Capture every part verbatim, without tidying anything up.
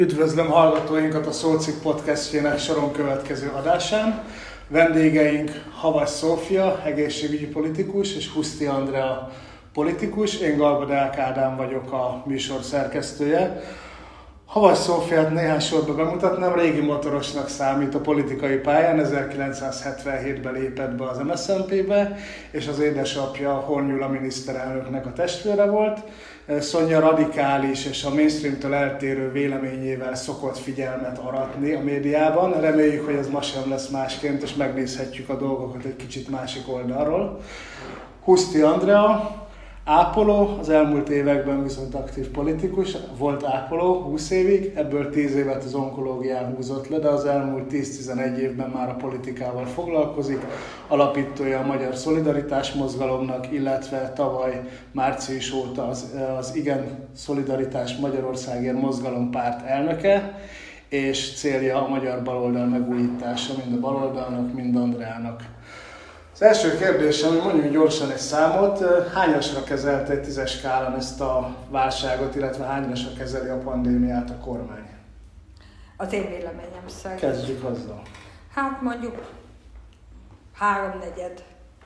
Üdvözlöm hallgatóinkat a Szócikk podcastjének soron következő adásán. Vendégeink Havas Szófia, egészségügyi politikus, és Huszti Andrea, politikus. Én Galba Deák Ádám vagyok, a műsor szerkesztője. Havas Szófiát néhány sorba bemutatnám, régi motorosnak számít a politikai pályán, ezerkilencszázhetvenhétben lépett be az em es zé en pé-be, és az édesapja Horn Gyula miniszterelnöknek a testvére volt. Szonya radikális és a mainstreamtől eltérő véleményével szokott figyelmet aratni a médiában. Reméljük, hogy ez ma sem lesz másként, és megnézhetjük a dolgokat egy kicsit másik oldalról. Huszti Andrea, ápoló, az elmúlt években viszont aktív politikus, volt ápoló húsz évig, ebből tíz évet az onkológián húzott le, de az elmúlt tíz-tizenegy évben már a politikával foglalkozik, alapítója a Magyar Szolidaritás Mozgalomnak, illetve tavaly március óta az, az Igen Szolidaritás Magyarországért Mozgalom párt elnöke, és célja a magyar baloldal megújítása, mind a baloldalnak, mind Andreának. Az első kérdésem, hogy mondjuk gyorsan egy számot, hányasra kezelte egy tízes skálán ezt a válságot, illetve hányasra kezeli a pandémiát a kormány? Az én véleményem szerint. Kezdjük azzal. Hát mondjuk háromnegyed.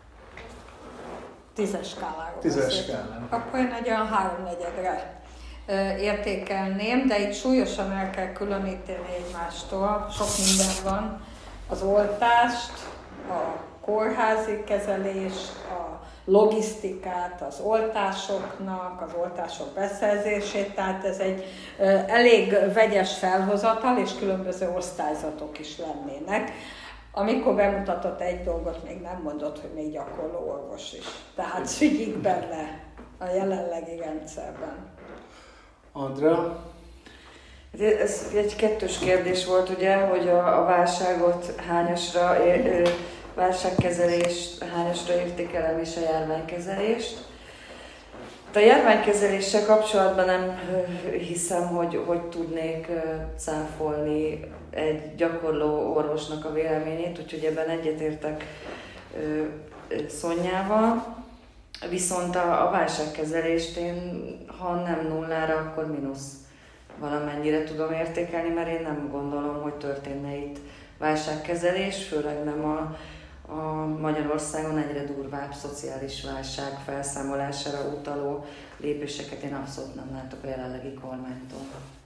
Tízes skáláról. Tízes skálán. Akkor én egy olyan háromnegyedre értékelném, de itt súlyosan el kell különíteni egymástól. Sok minden van. Az oltást, a kórházi kezelést, a logisztikát, az oltásoknak, az oltások beszerzését, tehát ez egy elég vegyes felhozatal, és különböző osztályzatok is lennének. Amikor bemutatott egy dolgot, még nem mondott, hogy még gyakorló orvos is. Tehát szügyik benne a jelenlegi rendszerben. Andrea? Ez egy kettős kérdés volt, ugye, hogy a, a válságot hányasra, válságkezelést hányasra értékelem, és a járványkezelést. A járványkezeléssel kapcsolatban nem hiszem, hogy, hogy tudnék cáfolni egy gyakorló orvosnak a véleményét, úgyhogy ebben egyetértek Szonyával. Viszont a, a válságkezelést én, ha nem nullára, akkor mínusz valamennyire tudom értékelni, mert én nem gondolom, hogy történne itt válságkezelés, főleg nem a, a Magyarországon egyre durvább szociális válság felszámolására utaló lépéseket én abszolút nem látok a jelenlegi kormánytól.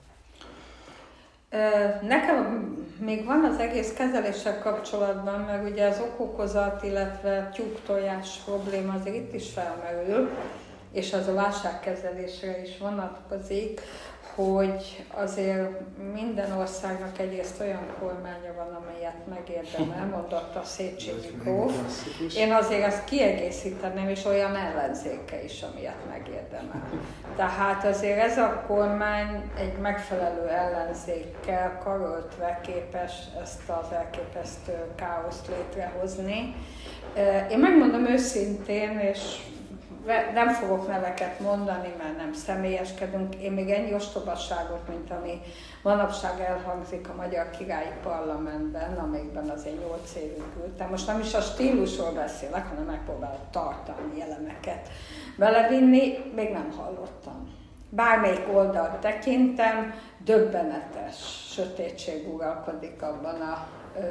Nekem még van az egész kezeléssel kapcsolatban, meg ugye az okokozat, illetve tyúktojás probléma azért itt is felmerül, és az a válságkezelésre is vonatkozik, hogy azért minden országnak egyrészt olyan kormánya van, amelyet megérdemel, mondott a Széchenyi gróf. Én azért ezt kiegészíteném, és olyan ellenzéke is, amilyet megérdemel. Tehát azért ez a kormány egy megfelelő ellenzékkel karöltve képes ezt az elképesztő káoszt létrehozni. Én megmondom őszintén, és nem fogok neveket mondani, mert nem személyeskedünk. Én még ennyi ostobasságot, mint ami manapság elhangzik a Magyar Királyi Parlamentben, amikben azért nyolc évig ültem. Most nem is a stílusról beszélek, hanem megpróbálok tartalmi elemeket belevinni, még nem hallottam. Bármelyik oldalt tekintem, döbbenetes sötétség uralkodik abban a ö,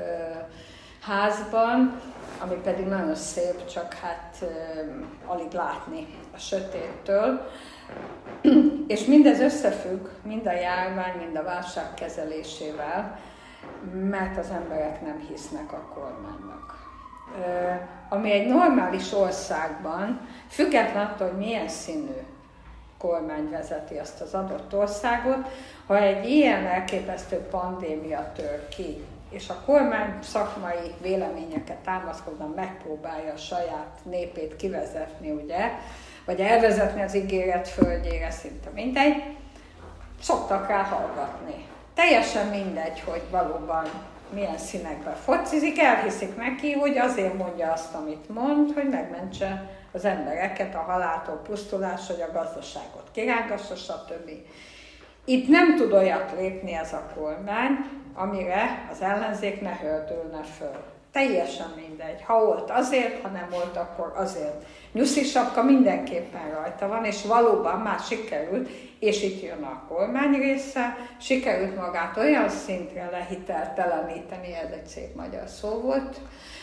házban, ami pedig nagyon szép, csak hát uh, alig látni a sötéttől. És mindez összefügg, mind a járvány, mind a válság kezelésével, mert az emberek nem hisznek a kormánynak. Uh, ami egy normális országban, független attól, hogy milyen színű kormány vezeti azt az adott országot, ha egy ilyen elképesztő pandémia tör ki, és a kormány szakmai véleményeket támaszkodva megpróbálja a saját népét kivezetni, ugye, vagy elvezetni az ígéret földjére, szinte mindegy, szoktak rá hallgatni. Teljesen mindegy, hogy valóban milyen színekben focizik, elhiszik neki, hogy azért mondja azt, amit mond, hogy megmentse az embereket a haláltól, pusztulás, hogy a gazdaságot kirángassa, stb. Itt nem tud olyat lépni ez a kormány, amire az ellenzék ne hördülne föl. Teljesen mindegy. Ha volt azért, ha nem volt, akkor azért. Nyuszi sapka mindenképpen rajta van, és valóban már sikerült, és itt jön a kormány része, sikerült magát olyan szintre lehitelteleníteni, ez egy szép magyar szó volt,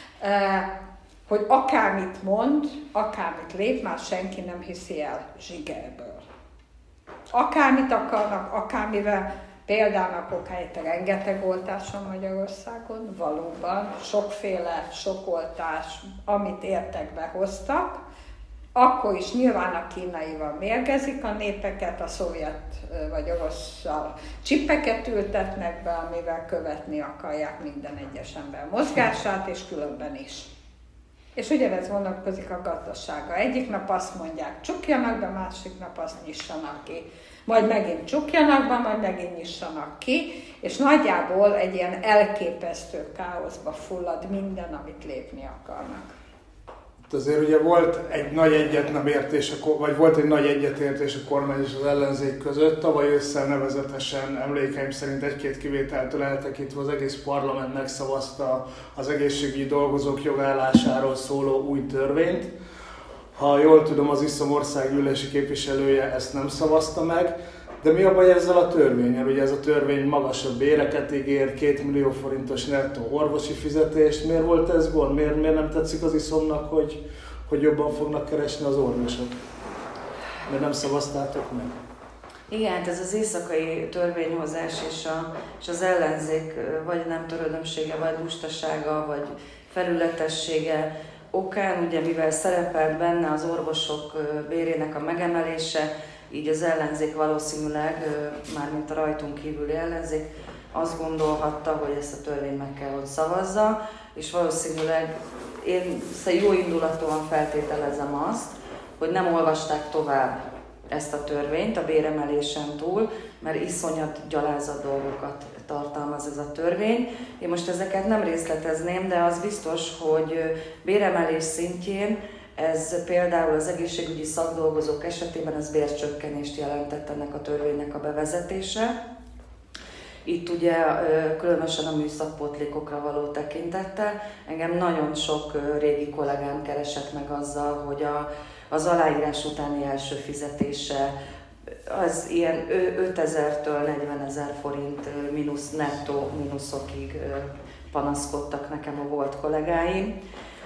hogy akármit mond, akármit lép, már senki nem hiszi el zsigerből. Akármit akarnak, akármivel, például okáért rengeteg oltás van Magyarországon, valóban, sokféle, sok oltás, amit értekbe hoztak, akkor is nyilván a kínaival mérgezik a népeket, a szovjet vagy orosszal csippeket ültetnek be, amivel követni akarják minden egyes ember mozgását, és különben is. És ugyanez vonatkozik a gazdasága. Egyik nap azt mondják, csukjanak be, másik nap azt nyissanak ki. Majd megint csukjanak be, majd megint nyissanak ki, és nagyjából egy ilyen elképesztő káoszba fullad minden, amit lépni akarnak. Azért ugye volt egy nagy egyetnemértés, vagy volt egy nagy egyetértés a kormány és az ellenzék között. Tavaly ősszel nevezetesen, emlékeim szerint egy-két kivételtől eltekintve az egész parlament megszavazta az egészségügyi dolgozók jogállásáról szóló új törvényt. Ha jól tudom, az Iszom országgyűlési képviselője ezt nem szavazta meg. De mi a baj ezzel a törvénnyel? Ugye ez a törvény magasabb béreket ígér, két millió forintos nettó orvosi fizetést. Miért volt ez gond? Miért, miért nem tetszik az Iszomnak, hogy, hogy jobban fognak keresni az orvosok? Mert nem szavaztátok meg? Igen, hát ez az éjszakai törvényhozás és, a, és az ellenzék vagy nem törődömsége, vagy lustasága, vagy felületessége okán, ugye mivel szerepelt benne az orvosok bérének a megemelése, így az ellenzék valószínűleg, mármint a rajtunk kívüli ellenzék, azt gondolhatta, hogy ezt a törvényt meg kell, hogy szavazza, és valószínűleg én jó indulatúan feltételezem azt, hogy nem olvasták tovább ezt a törvényt a béremelésen túl, mert iszonyat gyalázat dolgokat tartalmaz ez a törvény. Én most ezeket nem részletezném, de az biztos, hogy béremelés szintjén ez például az egészségügyi szakdolgozók esetében ez bércsökkenést jelentett ennek a törvénynek a bevezetése. Itt ugye különösen a műszakpótlékokra való tekintettel engem nagyon sok régi kollégám keresett meg azzal, hogy a, az aláírás utáni első fizetése az ilyen ötezertől negyvenezer forint mínusz nettó mínuszokig panaszkodtak nekem a volt kollégáim.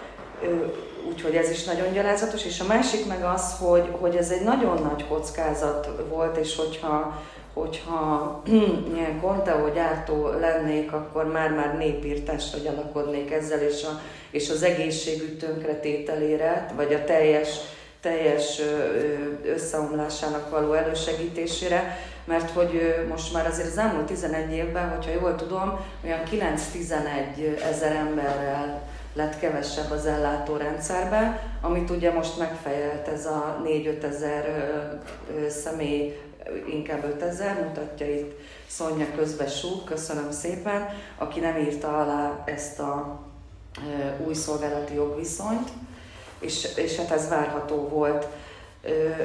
Úgyhogy ez is nagyon gyalázatos, és a másik meg az, hogy, hogy ez egy nagyon nagy kockázat volt, és hogyha, hogyha ilyen Conteo gyártó lennék, akkor már-már népírtásra gyanakodnék ezzel, és, a, és az egészségügy tönkretételére, vagy a teljes, teljes összeomlásának való elősegítésére, mert hogy most már azért az elmúlt tizenegy évben, hogyha jól tudom, olyan kilenc-tizenegy ezer emberrel lett kevesebb az ellátórendszerben, amit ugye most megfejelt ez a négy-öt ezer személy, inkább ötezer, mutatja itt Szonya közbesúg, köszönöm szépen, aki nem írta alá ezt a e, új szolgálati jogviszonyt, és, és hát ez várható volt. E,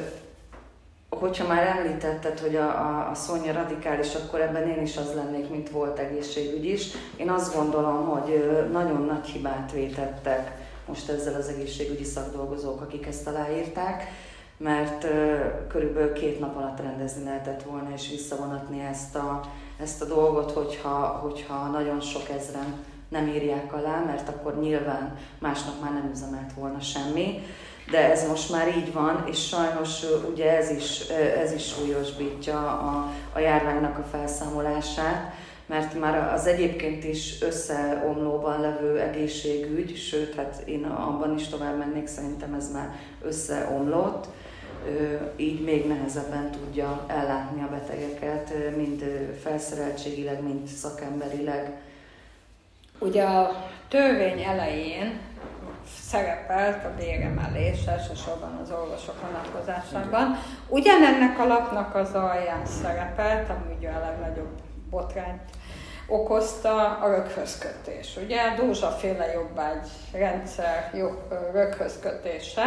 hogyha már említetted, hogy a, a, a Szonya radikális, akkor ebben én is az lennék, mint volt egészségügy is. Én azt gondolom, hogy nagyon nagy hibát vétettek most ezzel az egészségügyi szakdolgozók, akik ezt aláírták, mert uh, körülbelül két nap alatt rendezni lehetett volna és visszavonatni ezt a, ezt a dolgot, hogyha, hogyha nagyon sok ezren nem írják alá, mert akkor nyilván másnap már nem üzemelt volna semmi. De ez most már így van, és sajnos ugye ez is, ez is súlyosbítja a, a járványnak a felszámolását, mert már az egyébként is összeomlóban levő egészségügy, sőt, hát én abban is tovább mennék, szerintem ez már összeomlott, így még nehezebben tudja ellátni a betegeket, mind felszereltségileg, mind szakemberileg. Ugye a törvény elején szerepelt a béremelés, elsősorban az orvosok vonatkozásában. Ugyanennek a lapnak az alján szerepelt, ami ugye a legnagyobb botrányt okozta, a röghözkötés. Ugye a Dózsa-féle jobbágyrendszer röghözkötése,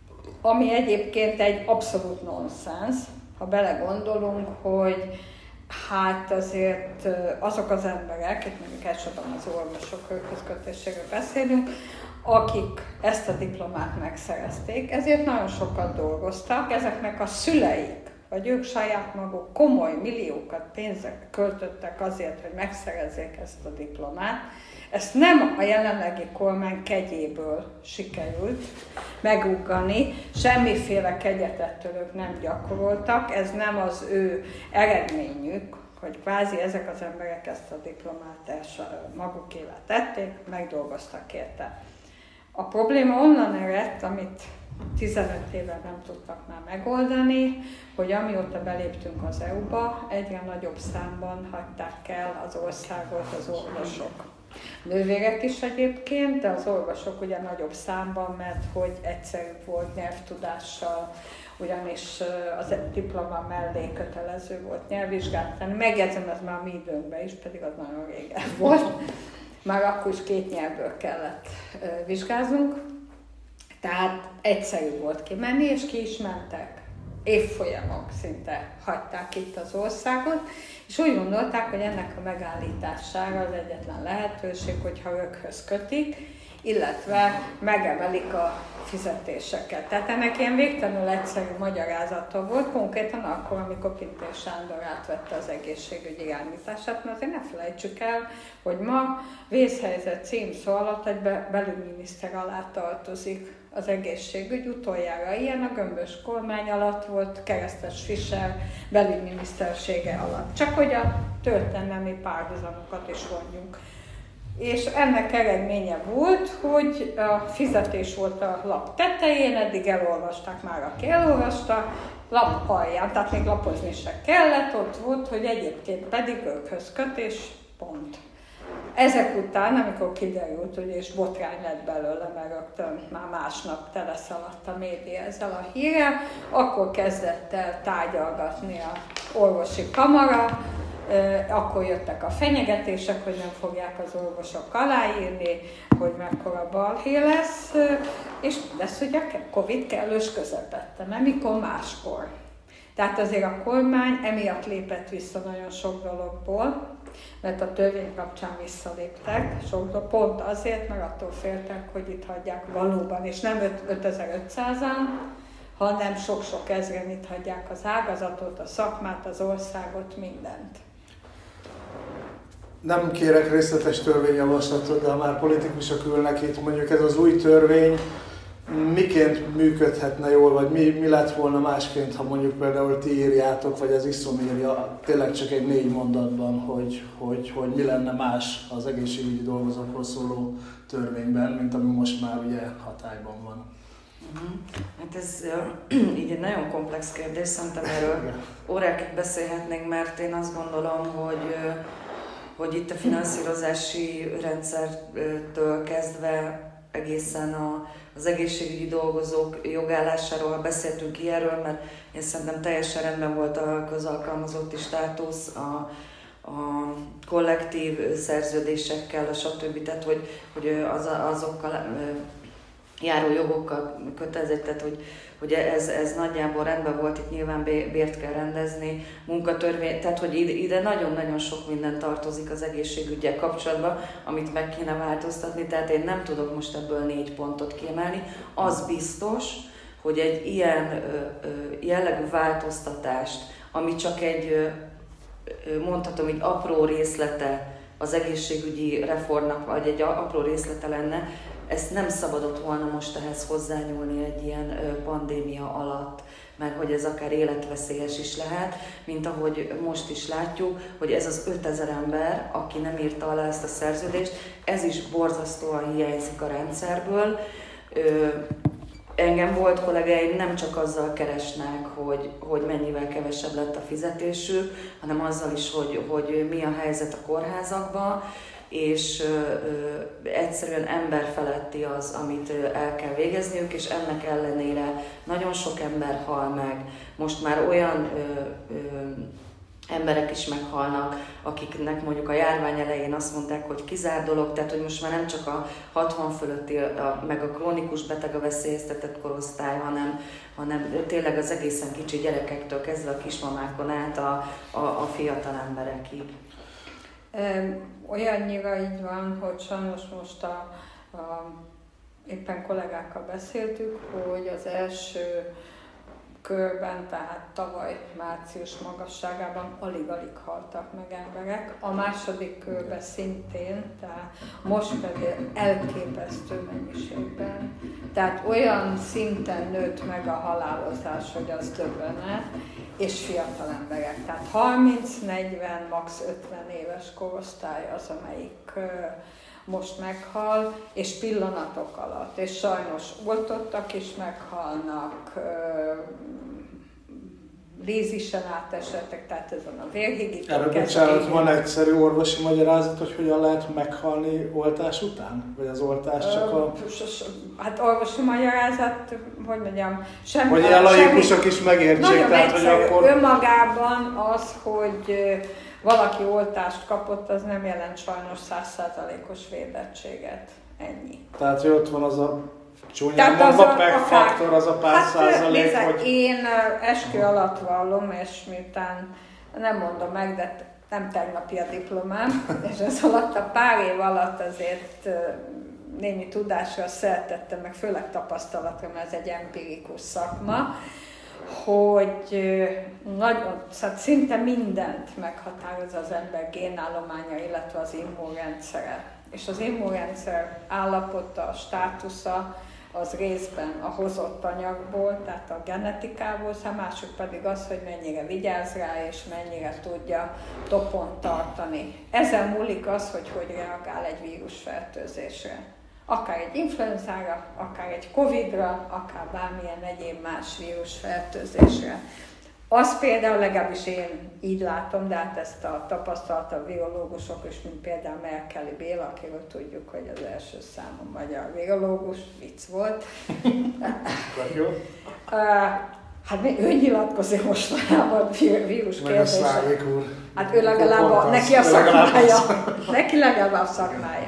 ami egyébként egy abszolút nonsens, ha belegondolunk, hogy Hát azért azok az emberek, itt mondjuk elsősorban az orvosok közkötésségről beszélünk, akik ezt a diplomát megszerezték, ezért nagyon sokat dolgoztak, ezeknek a szüleik, vagy ők saját maguk komoly milliókat pénzeket költöttek azért, hogy megszerezzék ezt a diplomát. Ezt nem a jelenlegi kormány kegyéből sikerült meguggani, semmiféle kegyetettől ők nem gyakoroltak, ez nem az ő eredményük, hogy kvázi ezek az emberek ezt a diplomát magukévá tették, megdolgoztak érte. A probléma onnan eredt, amit tizenöt éve nem tudtak már megoldani, hogy amióta beléptünk az é u-ba, egyre nagyobb számban hagyták el az országot az orvosok. Nővérek is egyébként, de az orvosok ugye nagyobb számban, mert hogy egyszerűbb volt nyelvtudással, ugyanis az diploma mellé kötelező volt nyelvvizsgát tenni. Megjegyzem, ez már a mi időnkben is, pedig az nagyon régen volt. Már akkor is két nyelvből kellett vizsgáznunk. Tehát egyszerű volt kimenni, és ki is mentek. Évfolyamok szinte hagyták itt az országot, és úgy gondolták, hogy ennek a megállítására az egyetlen lehetőség, hogyha őkhöz kötik, illetve megemelik a fizetéseket. Tehát ennek ilyen végtelenül egyszerű magyarázata volt, konkrétan akkor, amikor Pintér Sándor átvette az egészségügy irányítását, mert azért ne felejtsük el, hogy ma vészhelyzet címszó alatt egy belügyminiszter alá tartozik az egészségügy. Utoljára ilyen a Gömbös kormány alatt volt, Keresztes Fischer belügyminisztersége alatt. Csak hogy a történelmi párhuzamokat is vonjunk. És ennek eredménye volt, hogy a fizetés volt a lap tetején, eddig elolvasták már, aki elolvasta, lap alján, tehát még lapozni se kellett, ott volt, hogy egyébként pedig őkhöz kötés, pont. Ezek után, amikor kiderült, hogy és botrány lett belőle, mert rögtön már másnap teleszaladt a média ezzel a hírrel, akkor kezdett el tárgyalgatni a orvosi kamara, akkor jöttek a fenyegetések, hogy nem fogják az orvosok aláírni, hogy mekkora balhé lesz, és lesz ugye Covid kellős közepette, nem mikor máskor. Tehát azért a kormány emiatt lépett vissza nagyon sok dologból, mert a törvény kapcsán visszaléptek, sok, pont azért, mert attól féltek, hogy itt hagyják valóban, és nem ötezer-ötszázan, hanem sok-sok ezren itt hagyják az ágazatot, a szakmát, az országot, mindent. Nem kérek részletes törvényjavaslatot, de ha már politikusok ülnek itt, mondjuk ez az új törvény miként működhetne jól, vagy mi, mi lett volna másként, ha mondjuk például ti írjátok, vagy az iszom írja, tényleg csak egy négy mondatban, hogy, hogy, hogy mi lenne más az egészségügyi dolgozókról szóló törvényben, mint ami most már ugye hatályban van. Uh-huh. Hát ez uh, így egy nagyon komplex kérdés, szerintem erről órákig beszélhetnénk, mert én azt gondolom, hogy uh, hogy itt a finanszírozási rendszertől kezdve egészen a, az egészségügyi dolgozók jogállásáról beszéltünk ilyenről, mert én szerintem teljesen rendben volt a közalkalmazotti státusz, a, a kollektív szerződésekkel, a stb. Tehát, hogy, hogy az, azokkal járó jogokkal kötelezik, tehát hogy, hogy ez, ez nagyjából rendben volt, itt nyilván bért kell rendezni, munkatörvény, tehát hogy ide, ide nagyon-nagyon sok minden tartozik az egészségüggyel kapcsolatban, amit meg kéne változtatni, tehát én nem tudok most ebből négy pontot kiemelni. Az biztos, hogy egy ilyen ö, ö, jellegű változtatást, ami csak egy, ö, mondhatom így apró részlete az egészségügyi reformnak, vagy egy apró részlete lenne, ezt nem szabadott volna most ehhez hozzányúlni egy ilyen pandémia alatt, mert hogy ez akár életveszélyes is lehet, mint ahogy most is látjuk, hogy ez az ötezer ember, aki nem írta alá ezt a szerződést, ez is borzasztóan hiányzik a rendszerből. Engem volt kollégáim nem csak azzal keresnek, hogy, hogy mennyivel kevesebb lett a fizetésük, hanem azzal is, hogy, hogy mi a helyzet a kórházakban, és ö, ö, egyszerűen emberfeletti az, amit ö, el kell végezniük, és ennek ellenére nagyon sok ember hal meg. Most már olyan ö, ö, emberek is meghalnak, akiknek mondjuk a járvány elején azt mondták, hogy kizárt dolog, tehát hogy most már nem csak a hatvan fölötti, a, meg a krónikus beteg a veszélyeztetett korosztály, hanem, hanem tényleg az egészen kicsi gyerekektől kezdve a kismamákon át a, a, a fiatal emberekig. Olyannyira így van, hogy sajnos most a, a, éppen kollégákkal beszéltük, hogy az első körben, tehát tavaly március magasságában alig-alig haltak meg emberek. A második körben szintén, tehát most pedig elképesztő mennyiségben. Tehát olyan szinten nőtt meg a halálozás, hogy az döbbenet, és fiatal emberek. Tehát harminc, negyven, max. ötven éves korosztály az, amelyik most meghal, és pillanatok alatt. És sajnos oltottak is meghalnak, lízisen átesettek, tehát ezen a vérhigítók. Erre bocsánat, van egyszerű orvosi magyarázat, hogy hogyan lehet meghalni oltás után? Vagy az oltás csak a... Hát orvosi magyarázat, hogy mondjam, semmi... Hogy ilyen laikusok is megértsék, nagyon tehát egyszerű, hogy akkor... önmagában az, hogy valaki oltást kapott, az nem jelent sajnos száz százalékos védettséget. Ennyi. Tehát, hogy ott van az a csúnyán mondva peg-faktor, az a pár hát, százalék, nézze, hogy... Én eskü alatt vallom, és miután nem mondom meg, de nem tegnapi a diplomám, és ez alatt a pár év alatt azért némi tudásra szertettem, meg főleg tapasztalatra, mert ez egy empirikus szakma, hogy nagyon, szóval szinte mindent meghatároz az ember génállománya, illetve az immunrendszere. És az immunrendszer állapota, a státusza az részben a hozott anyagból, tehát a genetikából, a másik pedig az, hogy mennyire vigyáz rá, és mennyire tudja topon tartani. Ezen múlik az, hogy hogy reagál egy vírusfertőzésre. Akár egy influenzára, akár egy covidra, akár bármilyen egyéb más vírusfertőzésre. Az például, legalábbis én így látom, de hát ezt a tapasztalta virológusok is, mint például Merkeli Béla, akiről tudjuk, hogy az első számú magyar virológus, vicc volt. Hát ő nyilatkozik mostanában vírus kérdésre. Hát ő legalább a, neki a szakmája. Neki legalább a szakmája.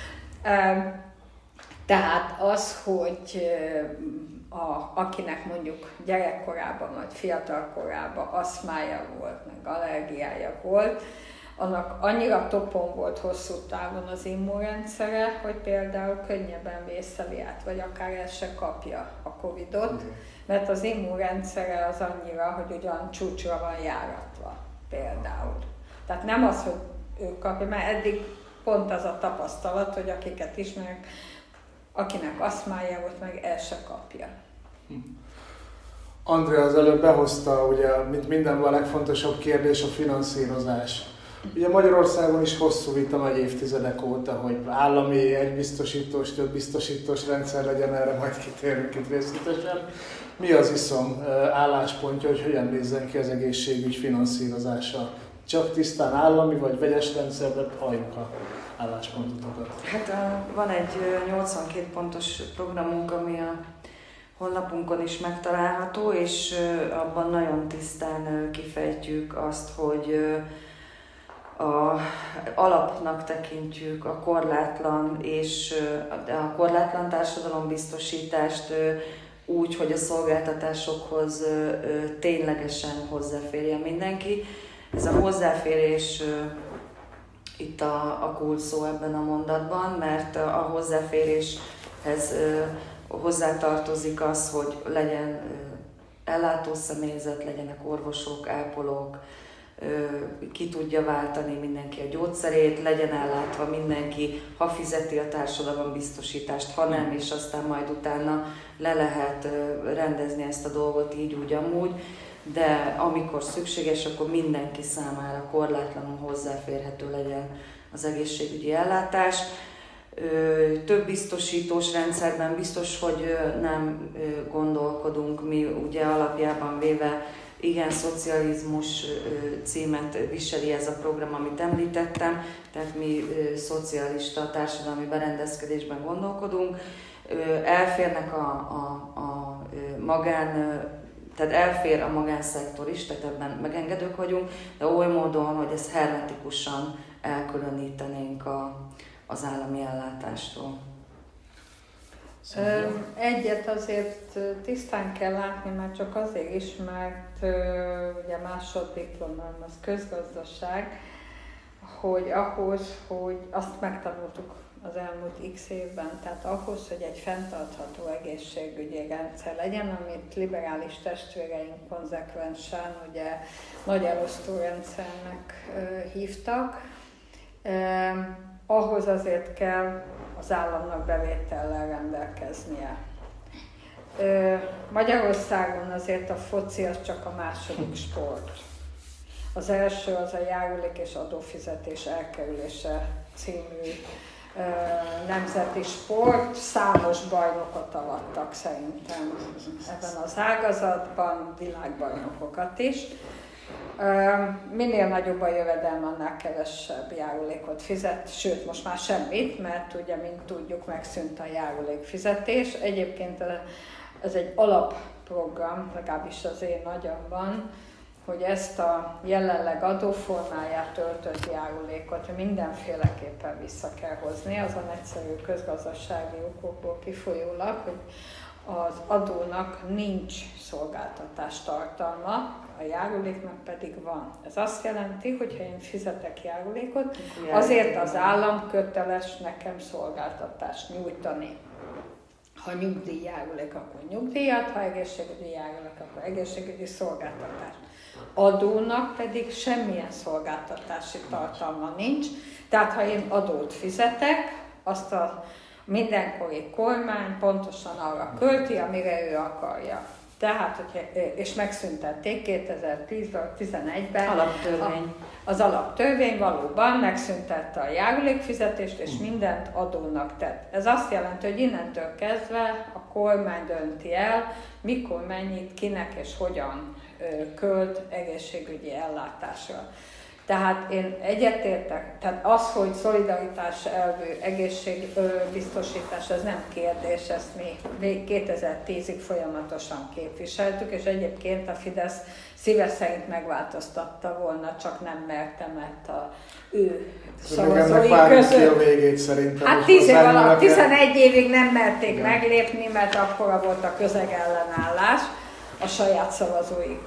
Tehát az, hogy a, akinek mondjuk gyerekkorában vagy fiatalkorában aszmája volt, meg allergiája volt, annak annyira topon volt hosszú távon az immunrendszere, hogy például könnyebben vészeli át, vagy akár el se kapja a covidot, mert az immunrendszere az annyira, hogy ugyan csúcsra van járatva például. Tehát nem az, hogy ő kapja, mert eddig pont az a tapasztalat, hogy akiket ismerek, akinek aszmája volt, meg el se kapja. Andrea az előbb behozta, ugye, mint mindenben a legfontosabb kérdés a finanszírozás. Ugye Magyarországon is hosszú vita megy évtizedek óta, hogy állami egybiztosítós, több biztosítós rendszer legyen, erre majd kitérünk itt részletesen. Mi az iszom álláspontja, hogy hogyan nézzen ki az egészségügy finanszírozása? Csak tisztán állami vagy vegyes rendszerbe halljuk a álláspontotokat? Hát van egy nyolcvankét pontos programunk, ami a honlapunkon is megtalálható, és abban nagyon tisztán kifejtjük azt, hogy a alapnak tekintjük a korlátlan és a korlátlan társadalombiztosítást úgy, hogy a szolgáltatásokhoz ténylegesen hozzáférjen mindenki. Ez a hozzáférés itt a, a kulcs szó ebben a mondatban, mert a hozzáféréshez hozzátartozik az, hogy legyen ellátószemélyzet, legyenek orvosok, ápolók, ki tudja váltani mindenki a gyógyszerét, legyen ellátva mindenki, ha fizeti a társadalombiztosítást, ha nem, és aztán majd utána le lehet rendezni ezt a dolgot így úgy amúgy, de amikor szükséges, akkor mindenki számára korlátlanul hozzáférhető legyen az egészségügyi ellátás. Több biztosítós rendszerben biztos, hogy nem gondolkodunk, mi ugye alapjában véve igen, szocializmus címet viseli ez a program, amit említettem, tehát mi szocialista társadalmi berendezkedésben gondolkodunk. Elférnek a, a, a magán tehát elfér a magánszektor is, tehát ebben megengedők vagyunk, de oly módon, hogy ezt hermetikusan elkülönítenénk a, az állami ellátástól. Egyet azért tisztán kell látni, mert csak azért is, mert ugye másoddiplomám az közgazdaság, hogy ahhoz, hogy azt megtanultuk az elmúlt x évben, tehát ahhoz, hogy egy fenntartható egészségügyi rendszer legyen, amit liberális testvéreink konzekvensen ugye nagy elosztó rendszernek hívtak, eh, ahhoz azért kell az államnak bevétellel rendelkeznie. Eh, Magyarországon azért a foci az csak a második sport. Az első az a járulék és adófizetés elkerülése című nemzeti sport, számos bajnokot avattak szerintem ebben az ágazatban, világbajnokokat is. Minél nagyobb a jövedelme, annál kevesebb járulékot fizet, sőt most már semmit, mert ugye, mint tudjuk, megszűnt a járulékfizetés. Egyébként ez egy alapprogram, legalábbis az én agyamban, hogy ezt a jelenleg adóformáját töltött járulékot mindenféleképpen vissza kell hozni, azon egyszerű közgazdasági okokból kifolyólag, hogy az adónak nincs szolgáltatás tartalma, a járuléknak pedig van. Ez azt jelenti, hogy ha én fizetek járulékot, azért az állam köteles nekem szolgáltatást nyújtani. Ha nyugdíjjárulék, akkor nyugdíjat, ha egészségügyi járulék, akkor egészségügyi szolgáltatást. Adónak pedig semmilyen szolgáltatási tartalma nincs, tehát ha én adót fizetek, azt a mindenkori kormány pontosan arra költi, amire ő akarja. Tehát, hogyha, és megszüntették kétezer-tizenegyben alaptörvény. Az alaptörvény valóban megszüntette a járulékfizetést, és mindent adónak tett. Ez azt jelenti, hogy innentől kezdve a kormány dönti el, mikor, mennyit, kinek és hogyan költ egészségügyi ellátásra. Tehát én egyetértek, tehát az, hogy szolidaritás elvű egészségbiztosítás, ez nem kérdés, ezt mi kétezer-tízig folyamatosan képviseltük, és egyébként a Fidesz szíve szerint megváltoztatta volna, csak nem merte, mert a ő szavazói között. A végét szerintem. Hát tíz év alatt, tizenegy évig nem merték igen. meglépni, mert akkora volt a közegellenállás a saját szavazóik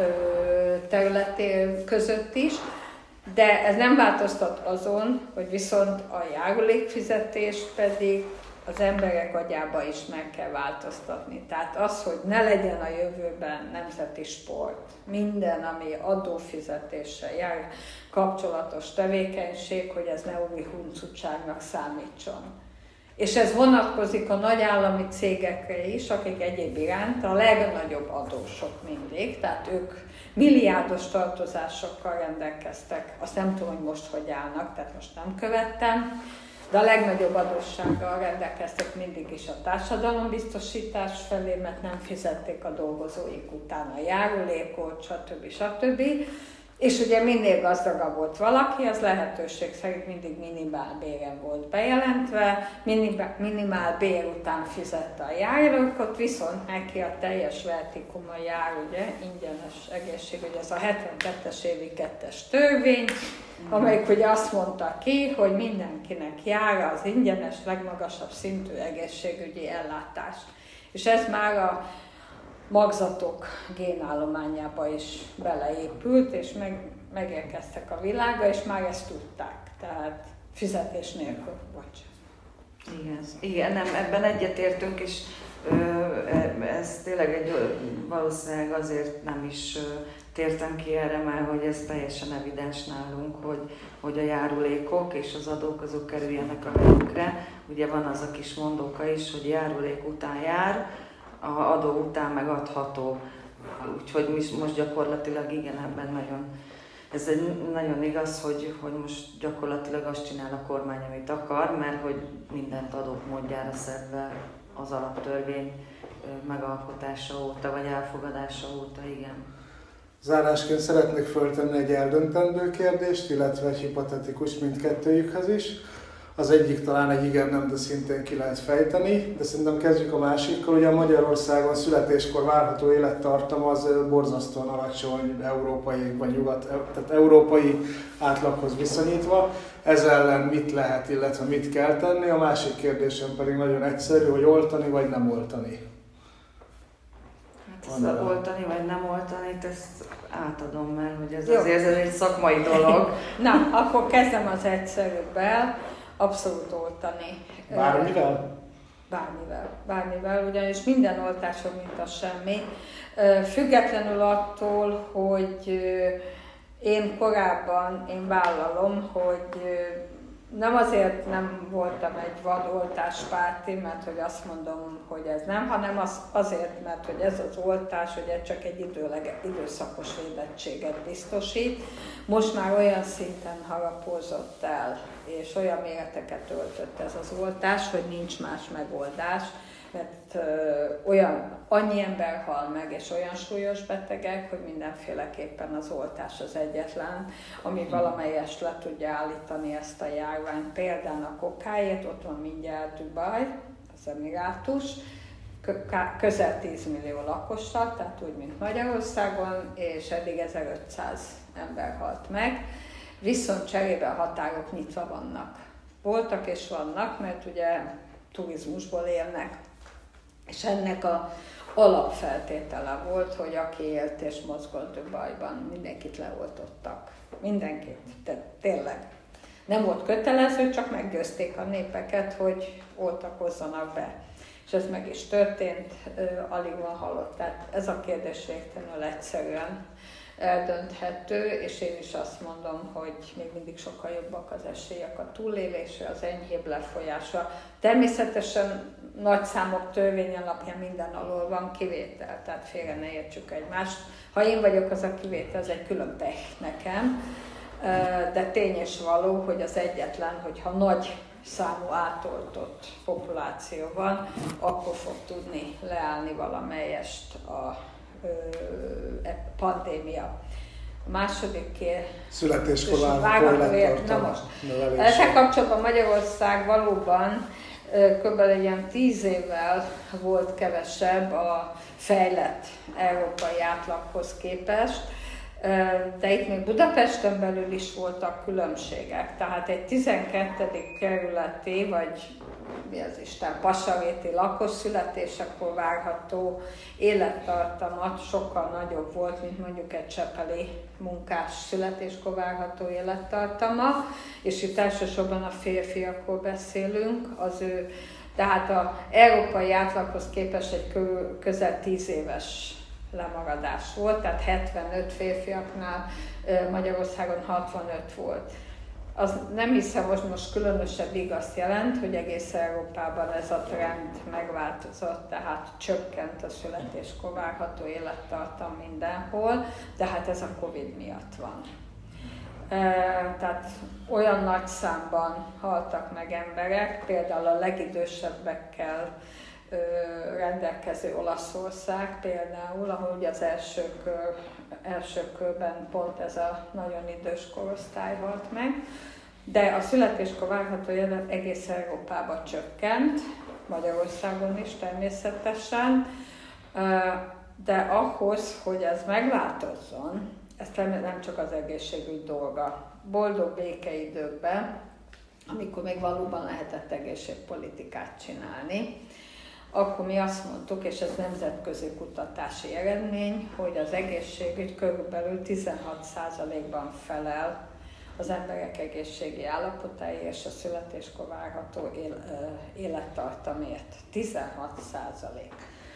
területé között is. De ez nem változtat azon, hogy viszont a járulékfizetést pedig az emberek agyába is meg kell változtatni. Tehát az, hogy ne legyen a jövőben nemzeti sport, minden, ami adófizetéssel jár, kapcsolatos tevékenység, hogy ez ne új huncutságnak számítson. És ez vonatkozik a nagy állami cégekre is, akik egyéb iránt a legnagyobb adósok mindig, tehát ők milliárdos tartozásokkal rendelkeztek, azt nem tudom, hogy most hogy állnak, tehát most nem követtem, de a legnagyobb adóssággal rendelkeztek mindig is a társadalombiztosítás felé, mert nem fizették a dolgozóik után a járulékot, stb. stb. És ugye minél gazdagabb volt valaki, az lehetőség szerint mindig minimál béren volt bejelentve, minimál bér után fizette a járulékot, viszont neki a teljes vertikuma jár, ugye, ingyenes egészségügy, ez a hetvenkettes évi kettes törvény, amelyik ugye azt mondta ki, hogy mindenkinek jár az ingyenes, legmagasabb szintű egészségügyi ellátás. És ez már a magzatok génállományába is beleépült, és meg, megérkeztek a világra, és már ezt tudták, tehát fizetés nélkül. Bocs. Igen, igen, nem, ebben egyetértünk, és ö, ez tényleg egy, valószínűleg azért nem is tértem ki erre már, hogy ez teljesen evidens nálunk, hogy, hogy a járulékok és az adók azok kerüljenek a helyükre. Ugye van az a kis mondóka is, hogy járulék után jár, a adó után meg adható. Úgyhogy most gyakorlatilag igen, ebben nagyon, ez egy nagyon igaz, hogy, hogy most gyakorlatilag azt csinál a kormány, amit akar, mert hogy mindent adók módjára szedve az alaptörvény megalkotása óta, vagy elfogadása óta, igen. Zárásként szeretnék föltenni egy eldöntendő kérdést, illetve egy hipotetikus mindkettőjükhöz is. Az egyik talán egy igen, nem, de szintén ki lehet fejteni, de szerintem kezdjük a másikkal. Ugye Magyarországon születéskor várható élettartam az borzasztóan alacsony európai vagy nyugat, tehát európai átlaghoz viszonyítva. Ez ellen mit lehet, illetve mit kell tenni? A másik kérdésem pedig nagyon egyszerű, hogy oltani vagy nem oltani. Hát ezt oltani vagy nem oltani, ezt átadom, mert hogy ez Jó. azért ez egy szakmai dolog. Na, akkor kezdem az egyszerűbbel. Abszolút oltani. Bármivel? Bármivel. Bármivel, ugyanis minden oltáson, mint a semmi. Függetlenül attól, hogy én korábban, én vállalom, hogy nem azért nem voltam egy vadoltáspárti, mert hogy azt mondom, hogy ez nem, hanem az, azért, mert hogy ez az oltás ugye csak egy időleg, időszakos védettséget biztosít. Most már olyan szinten harapózott el, és olyan méreteket öltött ez az oltás, hogy nincs más megoldás, mert ö, olyan, annyi ember hal meg, és olyan súlyos betegek, hogy mindenféleképpen az oltás az egyetlen, ami valamelyest le tudja állítani ezt a járványt. Például a kokáért, ott van mindjárt Dubaj, az Emirátus, közel tíz millió lakossal, tehát úgy, mint Magyarországon, és eddig ezerötszáz ember halt meg, viszont cserébe a határok nyitva vannak. Voltak és vannak, mert ugye turizmusból élnek. És ennek a alapfeltétele volt, hogy aki élt és mozgott Dubajban, mindenkit leoltottak. Mindenkit, de tényleg. Nem volt kötelező, csak meggyőzték a népeket, hogy oltakozzanak be. És ez meg is történt, alig van halott. Tehát ez a kérdés végtelenül egyszerűen eldönthető, és én is azt mondom, hogy még mindig sokkal jobbak az esélyek a túlélésre, az enyhébb lefolyásra. Természetesen nagy számok törvény alapján minden alól van kivétel, tehát félre ne értsük egymást. Ha én vagyok az a kivétel, az egy külön pech nekem, de tény és való, hogy az egyetlen, hogyha nagy számú átoltott populáció van, akkor fog tudni leállni valamelyest a pandémia. A második kér... Születéskor várható élettartam növelése. Ezzel kapcsolatban Magyarország valóban kb. Ilyen tíz évvel volt kevesebb a fejlett európai átlaghoz képest, de itt még Budapesten belül is voltak különbségek. Tehát egy tizenkettedik kerületi, vagy mi az Isten, pasaréti lakos születésekor várható élettartamat sokkal nagyobb volt, mint mondjuk egy csepeli munkás születéskor várható élettartama, és itt elsősorban a férfiakról beszélünk, az ő, tehát az európai átlaghoz képest egy közel tíz éves lemaradás volt, tehát hetvenöt férfiaknál, Magyarországon hatvanöt volt. Az nem hiszem, hogy most különösebb azt jelent, hogy egész Európában ez a trend megváltozott, tehát csökkent a születéskor várható élettartam mindenhol, de hát ez a Covid miatt van. Tehát olyan nagy számban haltak meg emberek, például a legidősebbekkel rendelkező Olaszország például, ahol ugye az első, kör, első körben pont ez a nagyon idős korosztály halt meg, de a születéskor várható élet egész Európában csökkent, Magyarországon is természetesen, de ahhoz, hogy ez megváltozzon, ez nem csak az egészségügy dolga. Boldog békeidőkben, amikor még valóban lehetett egészségpolitikát csinálni, akkor mi azt mondtuk, és ez nemzetközi kutatási eredmény, hogy az egészségügy körülbelül tizenhat százalékban felel az emberek egészségi állapotáért és a születéskor várható élettartamért. tizenhat százalék.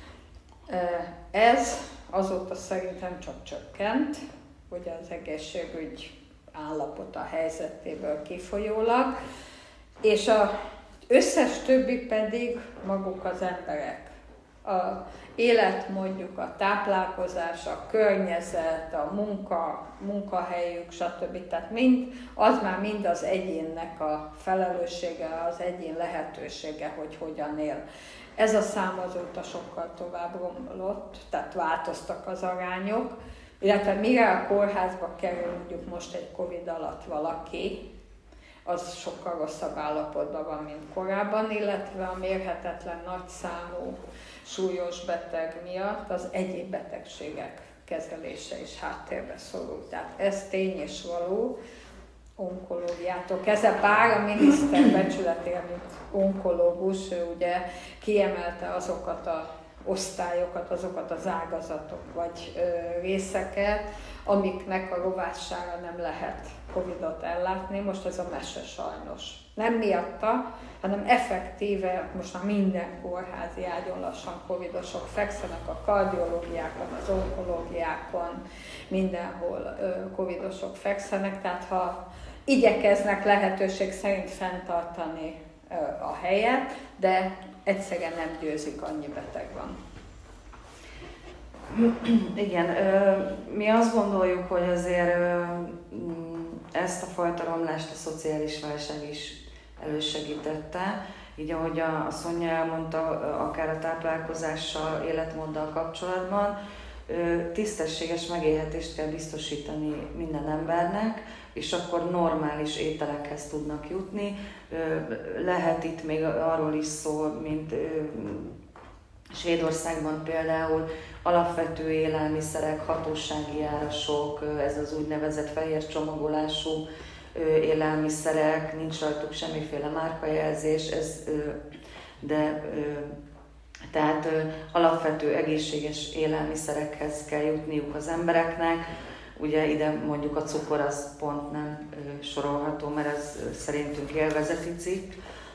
Ez azóta szerintem csak csökkent, ugye az egészségügy állapota helyzetéből kifolyólag, és a összes többi pedig maguk az emberek. A élet, mondjuk a táplálkozás, a környezet, a munka, munkahelyük, stb. Tehát mind, az már mind az egyénnek a felelőssége, az egyén lehetősége, hogy hogyan él. Ez a szám azóta sokkal tovább romlott, tehát változtak az arányok, illetve mire a kórházba kerül mondjuk most egy Covid alatt valaki, az sokkal rosszabb állapotban van, mint korábban, illetve a mérhetetlen nagyszámú súlyos beteg miatt az egyéb betegségek kezelése is háttérbe szorul. Tehát ez tény és való, onkológiától kezdve, bár a miniszter becsületére, mint onkológus, ő ugye kiemelte azokat a osztályokat, azokat az ágazatok vagy ö, részeket, amiknek a rovássára nem lehet Covidot ellátni. Most ez a mese sajnos. Nem miatta, hanem effektíve most már minden kórházi ágyon lassan covidosok fekszenek, a kardiológiákon, az onkológiákon, mindenhol ö, covidosok fekszenek, tehát ha igyekeznek lehetőség szerint fenntartani ö, a helyet, de egyszerűen nem győzik, annyi beteg van. Igen, mi azt gondoljuk, hogy azért ezt a fajta romlást a szociális válság is elősegítette. Így ahogy a Szonya elmondta, akár a táplálkozással, életmóddal kapcsolatban, tisztességes megélhetést kell biztosítani minden embernek, és akkor normális ételekhez tudnak jutni. Lehet itt még arról is szó, mint Svédországban például alapvető élelmiszerek, hatósági árasok, ez az úgynevezett fehér csomagolású élelmiszerek, nincs rajtuk semmiféle márkajelzés, ez, de tehát alapvető egészséges élelmiszerekhez kell jutniuk az embereknek. Ugye ide mondjuk a cukor az pont nem sorolható, mert ez szerintünk élvezeti cikk.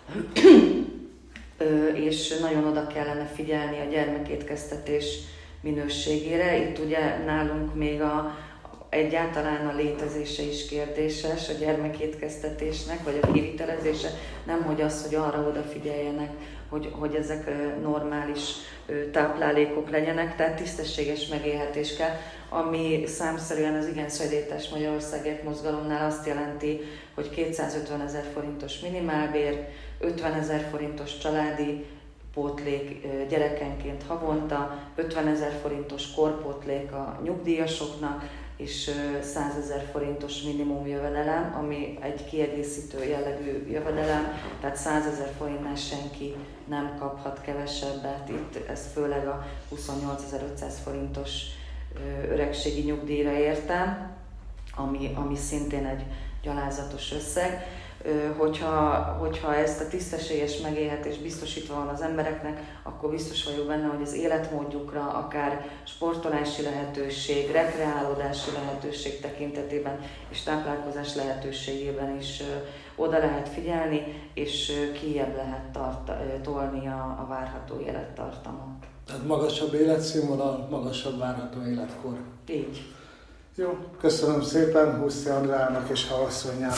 És nagyon oda kellene figyelni a gyermekétkeztetés minőségére. Itt ugye nálunk még a, egyáltalán a létezése is kérdéses a gyermekétkeztetésnek, vagy a kivitelezése, nem hogy az, hogy arra odafigyeljenek, hogy, hogy ezek normális táplálékok legyenek, tehát tisztességes megélhetés kell, ami számszerűen az Igen Szöjlétes Magyarországért mozgalomnál azt jelenti, hogy kétszázötvenezer forintos minimálbér, ötvenezer forintos családi pótlék gyerekenként havonta, ötvenezer forintos korpótlék a nyugdíjasoknak, és százezer forintos minimum jövedelem, ami egy kiegészítő jellegű jövedelem, tehát százezer forintnál senki nem kaphat kevesebbet. Itt ez főleg a huszonnyolcezer-ötszáz forintos öregségi nyugdíjra értem, ami, ami szintén egy gyalázatos összeg. Hogyha, hogyha ezt a tisztességes megélhetést biztosítva van az embereknek, akkor biztos vagyok benne, hogy az életmódjukra, akár sportolási lehetőség, rekreálódási lehetőség tekintetében és táplálkozás lehetőségében is oda lehet figyelni, és kijebb lehet tart, tolni a, a várható élettartamot. Tehát magasabb életszínvonal, magasabb várható életkor. Így. Jó, köszönöm szépen Huszti Andrának és Havas Szonyának.